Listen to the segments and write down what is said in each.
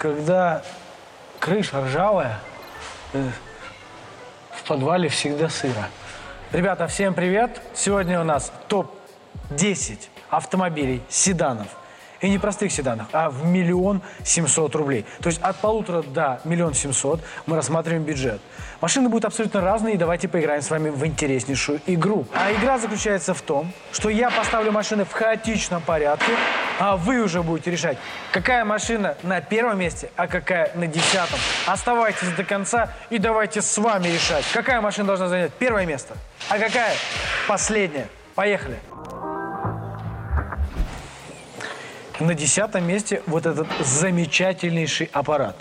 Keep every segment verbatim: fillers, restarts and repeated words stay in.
когда крыша ржавая, э, в подвале всегда сыро. Ребята, всем привет! Сегодня у нас топ десять автомобилей, седанов. И не простых седанов, а в миллион семьсот рублей. То есть от полутора до миллиона семьсот мы рассматриваем бюджет. Машины будут абсолютно разные, и давайте поиграем с вами в интереснейшую игру. А игра заключается в том, что я поставлю машины в хаотичном порядке, а вы уже будете решать, какая машина на первом месте, а какая на десятом. Оставайтесь до конца и давайте с вами решать, какая машина должна занять первое место, а какая последняя. Поехали! На десятом месте вот этот замечательнейший аппарат.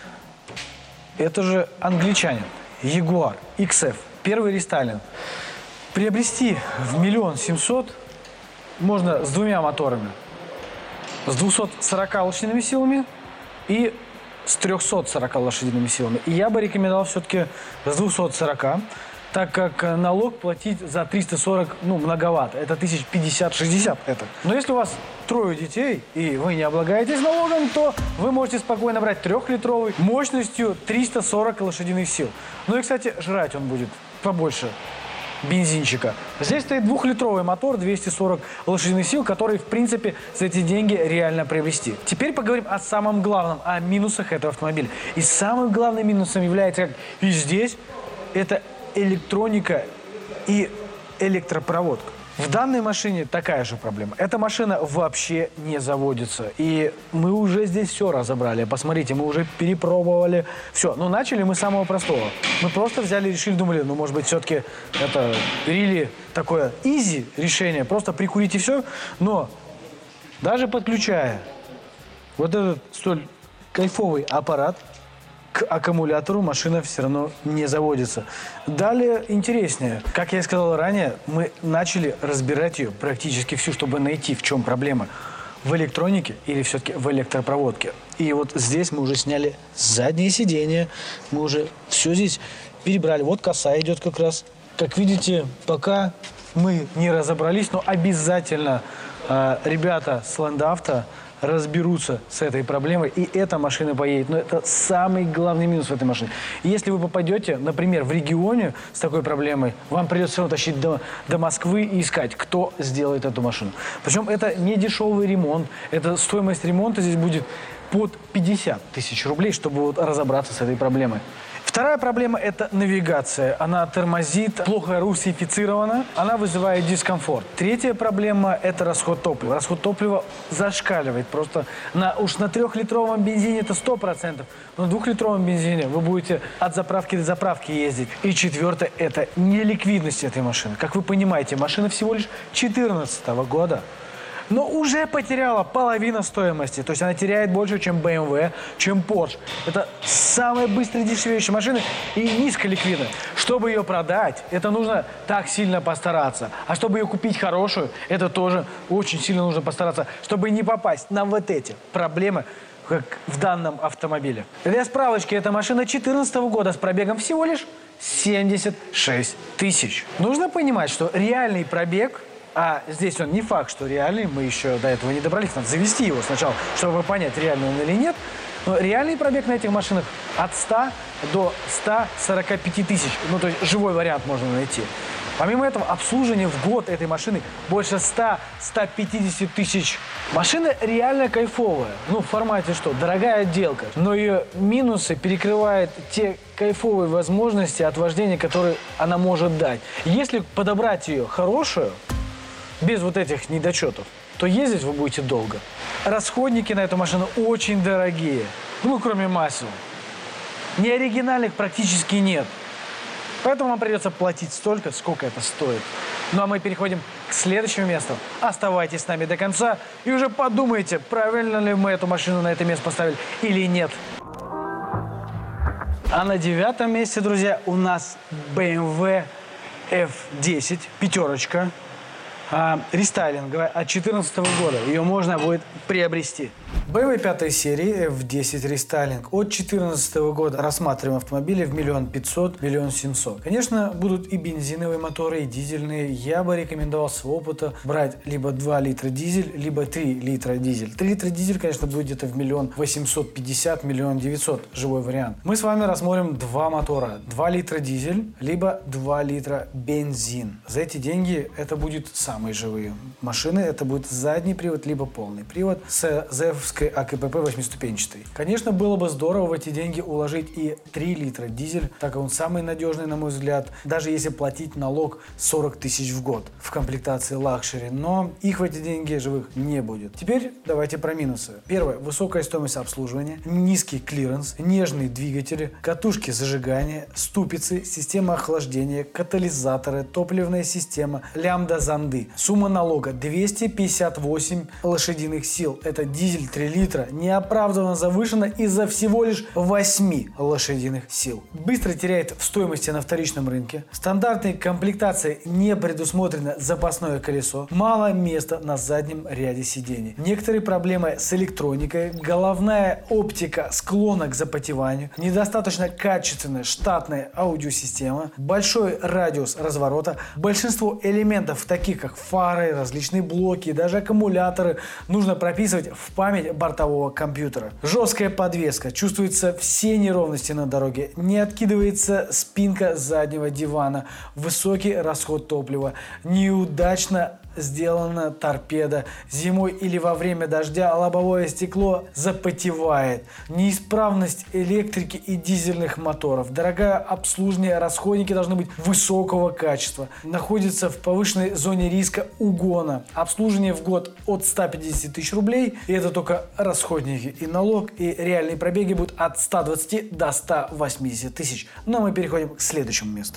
Это же англичанин, Jaguar икс эф, первый рестайлинг. Приобрести в миллион семьсот можно с двумя моторами. С двумястами сорока лошадиными силами и с трёхсот сорока лошадиными силами. И я бы рекомендовал все-таки с двухсот сорока, так как налог платить за триста сорок, ну, многовато. Это тысяч пятьдесят-шестьдесят это. Но если у вас трое детей, и вы не облагаетесь налогом, то вы можете спокойно брать трехлитровый мощностью триста сорок лошадиных сил. Ну и, кстати, жрать он будет побольше бензинчика. Здесь стоит двухлитровый мотор, двести сорок лошадиных сил, который, в принципе, за эти деньги реально приобрести. Теперь поговорим о самом главном, о минусах этого автомобиля. И самым главным минусом является, как и здесь, это электроника и электропроводка. В данной машине такая же проблема. Эта машина вообще не заводится. И мы уже здесь все разобрали. Посмотрите, мы уже перепробовали все. Но начали мы с самого простого. Мы просто взяли, решили, думали, ну, может быть, все-таки это рили такое изи решение. Просто прикурить и все. Но даже подключая вот этот столь кайфовый аппарат, к аккумулятору машина все равно не заводится. Далее интереснее. Как я и сказал ранее, мы начали разбирать ее практически всю, чтобы найти, в чем проблема. В электронике или все-таки в электропроводке. И вот здесь мы уже сняли заднее сиденье. Мы уже все здесь перебрали. Вот коса идет как раз. Как видите, пока мы не разобрались, но обязательно э, ребята с Ландавто разберутся с этой проблемой, и эта машина поедет. Но это самый главный минус в этой машине. И если вы попадете, например, в регионе с такой проблемой, вам придется все равно тащить до, до Москвы и искать, кто сделает эту машину. Причем это не дешевый ремонт, это стоимость ремонта здесь будет под пятьдесят тысяч рублей, чтобы вот разобраться с этой проблемой. Вторая проблема – это навигация. Она тормозит, плохо русифицирована, она вызывает дискомфорт. Третья проблема – это расход топлива. Расход топлива зашкаливает. Просто на, уж на трехлитровом бензине это сто процентов, но на двухлитровом бензине вы будете от заправки до заправки ездить. И четвертое – это неликвидность этой машины. Как вы понимаете, машина всего лишь две тысячи четырнадцатого года. Но уже потеряла половину стоимости. То есть она теряет больше, чем бэ эм вэ, чем Porsche. Это самая быстро дешевеющая машина и низколиквидная. Чтобы ее продать, это нужно так сильно постараться. А чтобы ее купить хорошую, это тоже очень сильно нужно постараться, чтобы не попасть на вот эти проблемы, как в данном автомобиле. Для справочки, эта машина две тысячи четырнадцатого года с пробегом всего лишь семьдесят шесть тысяч. Нужно понимать, что реальный пробег, а здесь он не факт, что реальный, мы еще до этого не добрались, надо завести его сначала, чтобы понять, реальный он или нет. Но реальный пробег на этих машинах от ста до ста сорока пяти тысяч. Ну, то есть живой вариант можно найти. Помимо этого, обслуживание в год этой машины больше ста — ста пятидесяти тысяч. Машина реально кайфовая. Ну, в формате что? Дорогая отделка. Но ее минусы перекрывают те кайфовые возможности от вождения, которые она может дать. Если подобрать ее хорошую, без вот этих недочетов, то ездить вы будете долго. Расходники на эту машину очень дорогие. Ну, кроме масел. Неоригинальных практически нет. Поэтому вам придется платить столько, сколько это стоит. Ну, а мы переходим к следующему месту. Оставайтесь с нами до конца и уже подумайте, правильно ли мы эту машину на это место поставили или нет. А на девятом месте, друзья, у нас бэ эм вэ эф десять, пятерочка. А, рестайлинговая от две тысячи четырнадцатого года. Ее можно будет приобрести. бэ эм вэ пятой серии эф десять рестайлинг. От две тысячи четырнадцатого года рассматриваем автомобили в миллион пятьсот, миллион семьсот. Конечно, будут и бензиновые моторы, и дизельные. Я бы рекомендовал с опыта брать либо два литра дизель, либо три литра дизель. три литра дизель, конечно, будет где-то в миллион восемьсот пятьдесят, миллион девятьсот. Живой вариант. Мы с вами рассмотрим два мотора. два литра дизель, либо два литра бензин. За эти деньги это будет самые живые машины. Это будет задний привод, либо полный привод с зэфовской а ка пэ пэ восьмиступенчатой. Конечно, было бы здорово в эти деньги уложить и три литра дизель, так как он самый надежный, на мой взгляд, даже если платить налог сорок тысяч в год в комплектации лакшери, но их в эти деньги живых не будет. Теперь давайте про минусы. Первое. Высокая стоимость обслуживания, низкий клиренс, нежные двигатели, катушки зажигания, ступицы, система охлаждения, катализаторы, топливная система, лямбда-зонды. Сумма налога двести пятьдесят восемь лошадиных сил. Это дизель три литра, неоправданно завышена из-за всего лишь восьми лошадиных сил. Быстро теряет в стоимости на вторичном рынке. В стандартной комплектации не предусмотрено запасное колесо. Мало места на заднем ряде сидений. Некоторые проблемы с электроникой. Головная оптика склонна к запотеванию. Недостаточно качественная штатная аудиосистема. Большой радиус разворота. Большинство элементов, таких как фары, различные блоки, даже аккумуляторы, нужно прописывать в память бортового компьютера. Жесткая подвеска. Чувствуются все неровности на дороге. Не откидывается спинка заднего дивана. Высокий расход топлива. Неудачно сделана торпеда. Зимой или во время дождя лобовое стекло запотевает. Неисправность электрики и дизельных моторов. Дорогое обслуживание, расходники должны быть высокого качества. Находится в повышенной зоне риска угона. Обслуживание в год от ста пятидесяти тысяч рублей. И это только расходники и налог. И реальные пробеги будут от ста двадцати до ста восьмидесяти тысяч. Но мы переходим к следующему месту.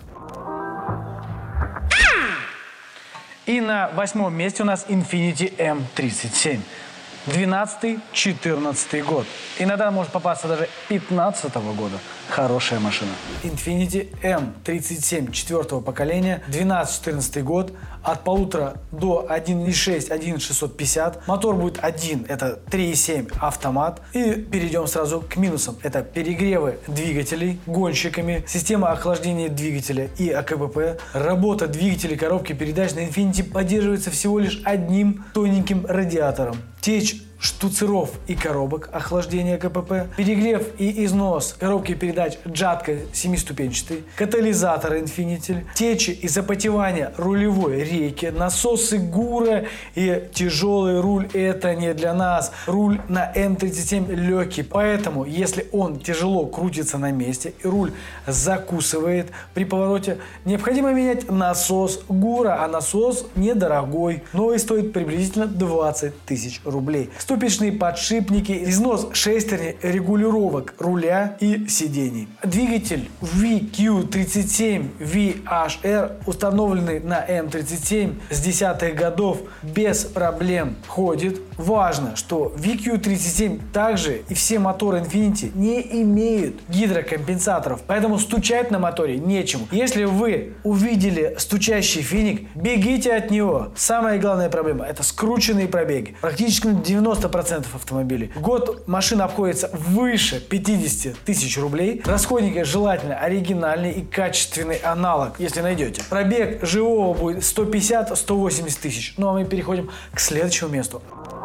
И на восьмом месте у нас Infiniti эм тридцать семь. двенадцатый-четырнадцатый год. Иногда может попасться даже пятнадцатого года. Хорошая машина. Infiniti эм тридцать семь четвертого поколения. двенадцатый-четырнадцатый год. От полутора до один и шесть, один шестьсот пятьдесят. Мотор будет один. Это три и семь автомат. И перейдем сразу к минусам. Это перегревы двигателей гонщиками, система охлаждения двигателя и а ка пэ пэ. Работа двигателей коробки передач на Infiniti поддерживается всего лишь одним тоненьким радиатором. Течь штуцеров и коробок охлаждения а ка пэ пэ, перегрев и износ коробки передач джатка семиступенчатой, катализатор Infiniti, течи и запотевание рулевой рейки, насосы ГУРа и тяжелый руль — это не для нас. Руль на эм тридцать семь легкий, поэтому если он тяжело крутится на месте и руль закусывает при повороте, необходимо менять насос ГУРа, а насос недорогой, но и стоит приблизительно двадцать тысяч рублей. Ступичные подшипники, износ шестерни, регулировок руля и сидений. Двигатель ви кью тридцать семь ви эйч ар, установленный на эм тридцать семь с десятых годов, без проблем ходит. Важно, что ви кью тридцать семь также и все моторы Infiniti не имеют гидрокомпенсаторов, поэтому стучать на моторе нечему. Если вы увидели стучащий финик, бегите от него. Самая главная проблема — это скрученные пробеги. Практически девяносто процентов автомобилей. В год машина обходится выше пятидесяти тысяч рублей. Расходники желательно оригинальный и качественный аналог, если найдете. Пробег живого будет сто пятьдесят — сто восемьдесят тысяч. Ну а мы переходим к следующему месту.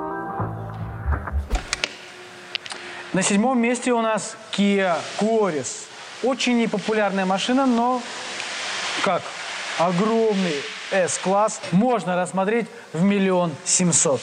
На седьмом месте у нас Kia Koris. Очень непопулярная машина, но как огромный S-класс можно рассмотреть в миллион семьсот.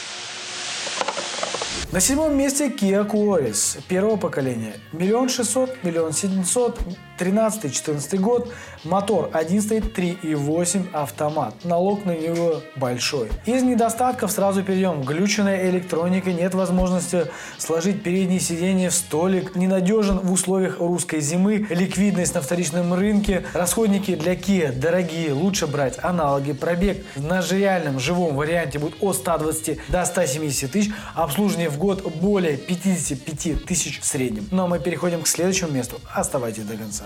На седьмом месте Kia Koris первого поколения. Миллион шестьсот, миллион семьсот, тринадцатый четырнадцатый год. Мотор один стоит, три и восемь автомат. Налог на него большой. Из недостатков сразу перейдем. Глюченная электроника, нет возможности сложить переднее сиденье в столик. Ненадежен в условиях русской зимы. Ликвидность на вторичном рынке. Расходники для Kia дорогие. Лучше брать аналоги. Пробег на реальном живом варианте будет от ста двадцати до ста семидесяти тысяч. Обслуживание в год более пятидесяти пяти тысяч в среднем. Ну а мы переходим к следующему месту. Оставайтесь до конца.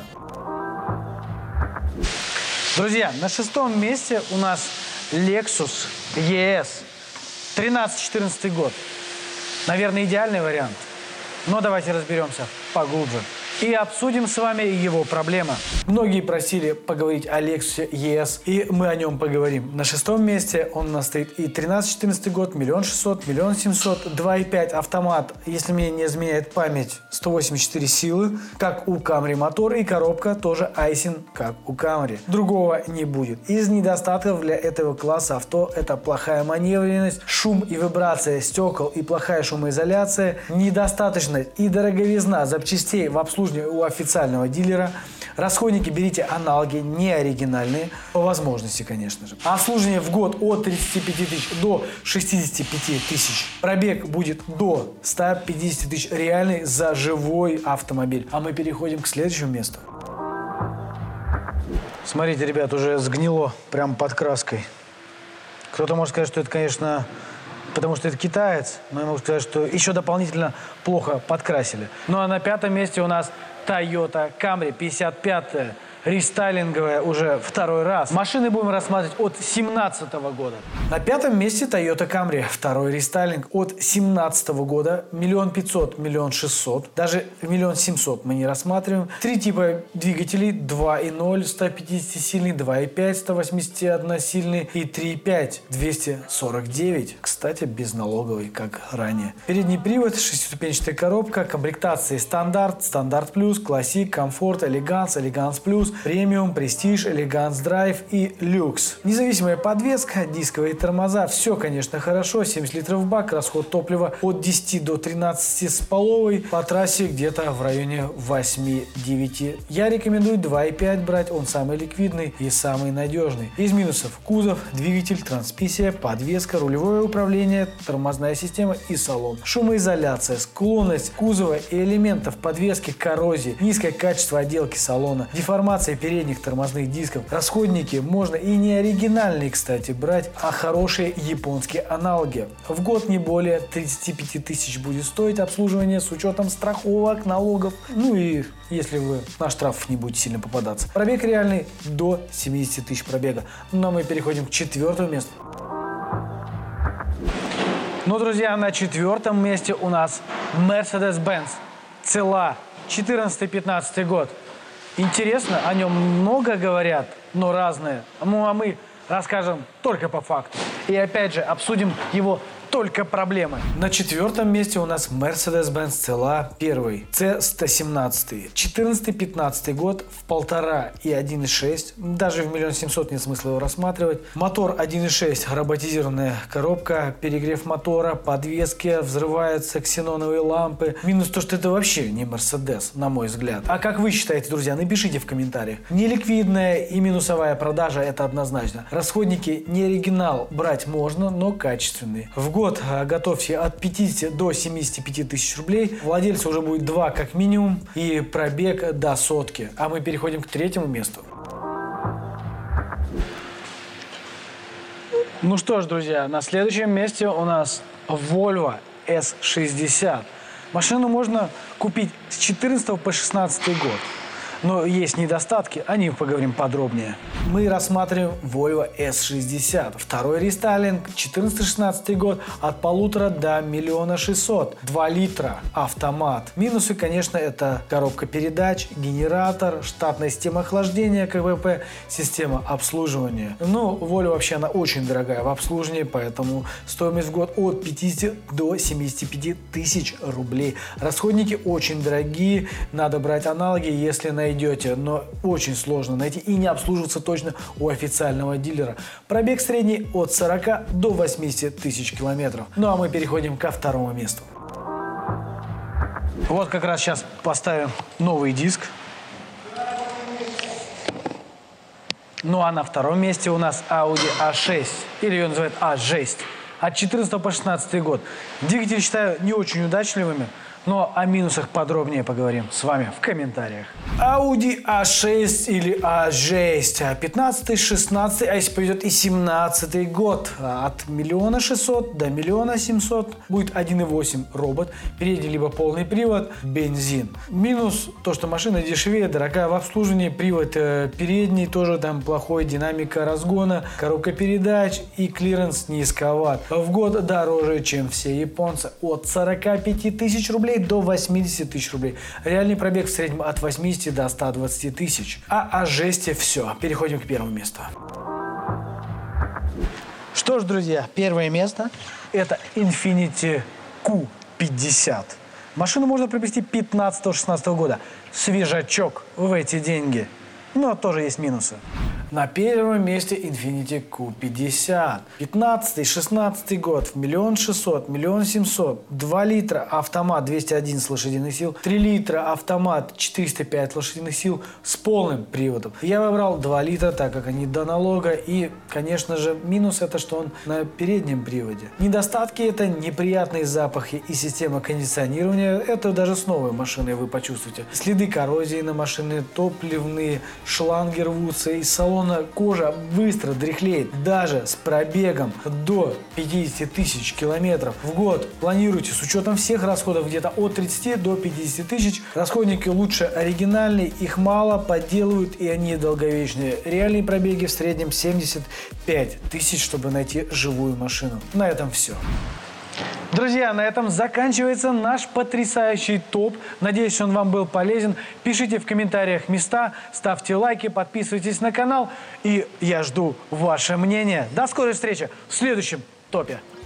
Друзья, на шестом месте у нас Lexus и эс. тринадцатый-четырнадцатый год. Наверное, идеальный вариант. Но давайте разберемся поглубже и обсудим с вами его проблемы. Многие просили поговорить о Lexus и эс, и мы о нем поговорим. На шестом месте он у нас стоит и тринадцатый-четырнадцатый год, миллион шестьсот, миллион семьсот, два и пять автомат, если мне не изменяет память, сто восемьдесят четыре силы, как у Camry мотор, и коробка тоже Aisin, как у Camry. Другого не будет. Из недостатков для этого класса авто это плохая маневренность, шум и вибрация стекол и плохая шумоизоляция, недостаточность и дороговизна запчастей в обслуживании у официального дилера. Расходники берите аналоги, не оригинальные, по возможности, конечно же. Обслуживание в год от тридцати пяти тысяч до шестидесяти пяти тысяч. Пробег будет до ста пятидесяти тысяч реальный за живой автомобиль. А мы переходим к следующему месту. Смотрите, ребят, уже сгнило прямо под краской. Кто-то может сказать, что это, конечно, потому что это китаец, но я могу сказать, что еще дополнительно плохо подкрасили. Ну а на пятом месте у нас Toyota Camry пятьдесят пятая, рестайлинговая уже второй раз. Машины будем рассматривать от семнадцатого года. На пятом месте Toyota Camry, второй рестайлинг от семнадцатого года, миллион пятьсот, миллион шестьсот, даже миллион семьсот мы не рассматриваем. Три типа двигателей: два и ноль, сто пятидесятисильный, два и пять, сто восьмидесятиодносильный и три и пять, двести сорок девять. Кстати, безналоговый, как ранее. Передний привод, шестиступенчатая коробка, комплектации стандарт, стандарт плюс, классик, комфорт, элеганс, элеганс плюс, премиум, престиж, элеганс драйв и люкс. Независимая подвеска, дисковые тормоза, все, конечно, хорошо. семьдесят литров в бак, расход топлива от десяти до тринадцати с половой, по трассе где-то в районе восьми-девяти. Я рекомендую два и пять брать, он самый ликвидный и самый надежный. Из минусов: кузов, двигатель, трансмиссия, подвеска, рулевое управление, тормозная система и салон. Шумоизоляция, склонность кузова и элементов подвески к коррозии, низкое качество отделки салона, деформация передних тормозных дисков. Расходники можно и не оригинальные, кстати, брать, а хорошие японские аналоги. В год не более тридцати пяти тысяч будет стоить обслуживание с учетом страховок, налогов. Ну и если вы на штрафов не будете сильно попадаться. Пробег реальный до семидесяти тысяч пробега. Ну а мы переходим к четвертому месту. Ну, друзья, на четвертом месте у нас Mercedes-Benz си эл а, четырнадцатый-пятнадцатый год. Интересно, о нем много говорят, но разные. Ну, а мы расскажем только по факту. И опять же обсудим его только проблемы. На четвертом месте у нас Mercedes-Benz си эл а первый, си сто семнадцать. четырнадцатый-пятнадцатый год, в полтора и один и шесть. Даже в миллион семьсот нет смысла его рассматривать. Мотор один и шесть, роботизированная коробка, перегрев мотора, подвески, взрываются ксеноновые лампы. Минус то, что это вообще не Mercedes, на мой взгляд. А как вы считаете, друзья, напишите в комментариях. Неликвидная и минусовая продажа, это однозначно. Расходники не оригинал брать можно, но качественные. В год готовьте от пятидесяти до семидесяти пяти тысяч рублей. Владельца уже будет два как минимум и пробег до сотки. А мы переходим к третьему месту. Ну что ж, друзья, на следующем месте у нас Volvo эс шестьдесят. Машину можно купить с четырнадцатого по шестнадцатый год. Но есть недостатки, о них поговорим подробнее. Мы рассматриваем Volvo эс шестьдесят. Второй рестайлинг, четырнадцатый-шестнадцатый год, от полутора до миллиона шестисот. два литра, автомат. Минусы, конечно, это коробка передач, генератор, штатная система охлаждения, ка вэ пэ, система обслуживания. Ну, Volvo вообще она очень дорогая в обслуживании, поэтому стоимость в год от пятидесяти до семидесяти пяти тысяч рублей. Расходники очень дорогие, надо брать аналоги, если на идете, но очень сложно найти и не обслуживаться точно у официального дилера. Пробег средний от сорока до восьмидесяти тысяч километров. Ну а мы переходим ко второму месту. Вот как раз сейчас поставим новый диск. Ну а на втором месте у нас Audi а шесть, или ее называют а шесть. От четырнадцатого по шестнадцатый год. Двигатели считаю не очень удачливыми, Но о минусах подробнее поговорим с вами в комментариях. Audi а шесть или а шесть, пятнадцатый, шестнадцатый, а если повезет и семнадцатый год. От миллиона шестисот до миллиона семисот будет один и восемь робот, передний либо полный привод, бензин. Минус то, что машина дешевее, дорогая в обслуживании, привод э, передний тоже там плохой, динамика разгона, коробка передач и клиренс низковат. В год дороже, чем все японцы, от сорока пяти тысяч рублей до восьмидесяти тысяч рублей. Реальный пробег в среднем от восьмидесяти до ста двадцати тысяч. А о жесте все. Переходим к первому месту. Что ж, друзья, первое место – это Infiniti Q пятьдесят. Машину можно приобрести пятнадцатого-шестнадцатого года. Свежачок в эти деньги. Но тоже есть минусы. На первом месте Infiniti Q пятьдесят. пятнадцатый шестнадцатый год. В миллион шестьсот, миллион семьсот. два литра автомат двести одиннадцать лошадиных сил. три литра автомат четыреста пять лошадиных сил с полным приводом. Я выбрал два литра, так как они до налога. И, конечно же, минус это, что он на переднем приводе. Недостатки это неприятные запахи и система кондиционирования. Это даже с новой машиной вы почувствуете. Следы коррозии на машине, топливные шланги рвутся из салона. Кожа быстро дряхлеет. Даже с пробегом до пятидесяти тысяч километров в год планируйте с учетом всех расходов где-то от тридцати до пятидесяти тысяч. Расходники лучше оригинальные, их мало, подделывают и они долговечные. Реальные пробеги в среднем семьдесят пять тысяч, чтобы найти живую машину. На этом все. Друзья, на этом заканчивается наш потрясающий топ. Надеюсь, что он вам был полезен. Пишите в комментариях места, ставьте лайки, подписывайтесь на канал. И я жду ваше мнение. До скорой встречи в следующем топе.